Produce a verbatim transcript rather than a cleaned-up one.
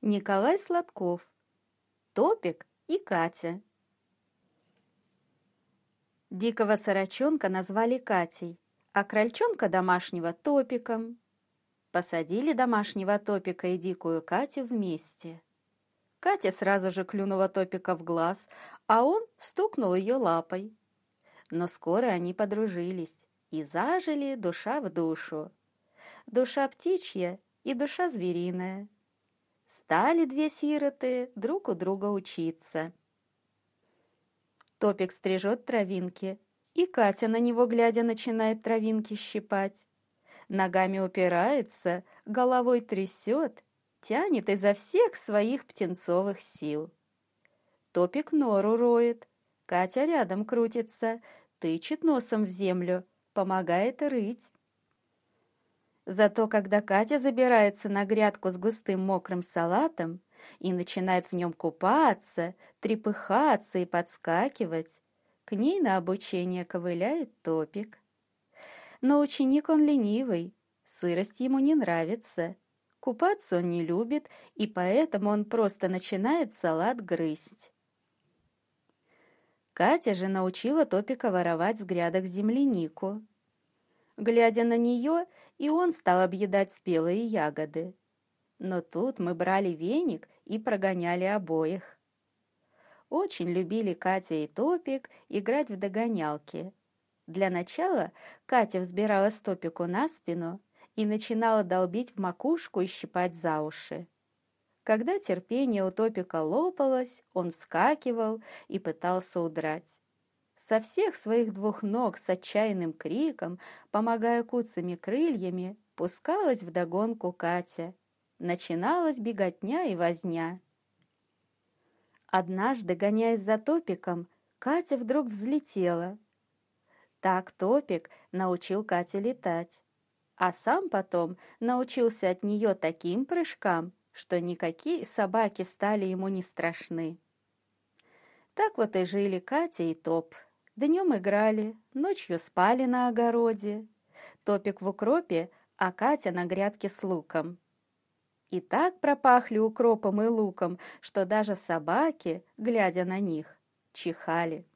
Николай Сладков, Топик и Катя. Дикого сорочонка назвали Катей, а крольчонка домашнего Топиком. Посадили домашнего Топика и дикую Катю вместе. Катя сразу же клюнула Топика в глаз, а он стукнул ее лапой. Но скоро они подружились и зажили душа в душу. Душа птичья и душа звериная. Стали две сироты друг у друга учиться. Топик стрижет травинки, и Катя на него глядя начинает травинки щипать. Ногами упирается, головой трясет, тянет изо всех своих птенцовых сил. Топик нору роет, Катя рядом крутится, тычет носом в землю, помогает рыть. Зато когда Катя забирается на грядку с густым мокрым салатом и начинает в нем купаться, трепыхаться и подскакивать, к ней на обучение ковыляет Топик. Но ученик он ленивый, сырость ему не нравится, купаться он не любит, и поэтому он просто начинает салат грызть. Катя же научила Топика воровать с грядок землянику. Глядя на нее, и он стал объедать спелые ягоды. Но тут мы брали веник и прогоняли обоих. Очень любили Катя и Топик играть в догонялки. Для начала Катя взбиралась Топику на спину и начинала долбить в макушку и щипать за уши. Когда терпение у Топика лопалось, он вскакивал и пытался удрать. Со всех своих двух ног с отчаянным криком, помогая куцами крыльями, пускалась вдогонку Катя. Начиналась беготня и возня. Однажды, гоняясь за Топиком, Катя вдруг взлетела. Так Топик научил Катю летать, а сам потом научился от нее таким прыжкам, что никакие собаки стали ему не страшны. Так вот и жили Катя и Топ. Днем играли, ночью спали на огороде. Топик в укропе, а Катя на грядке с луком. И так пропахли укропом и луком, что даже собаки, глядя на них, чихали.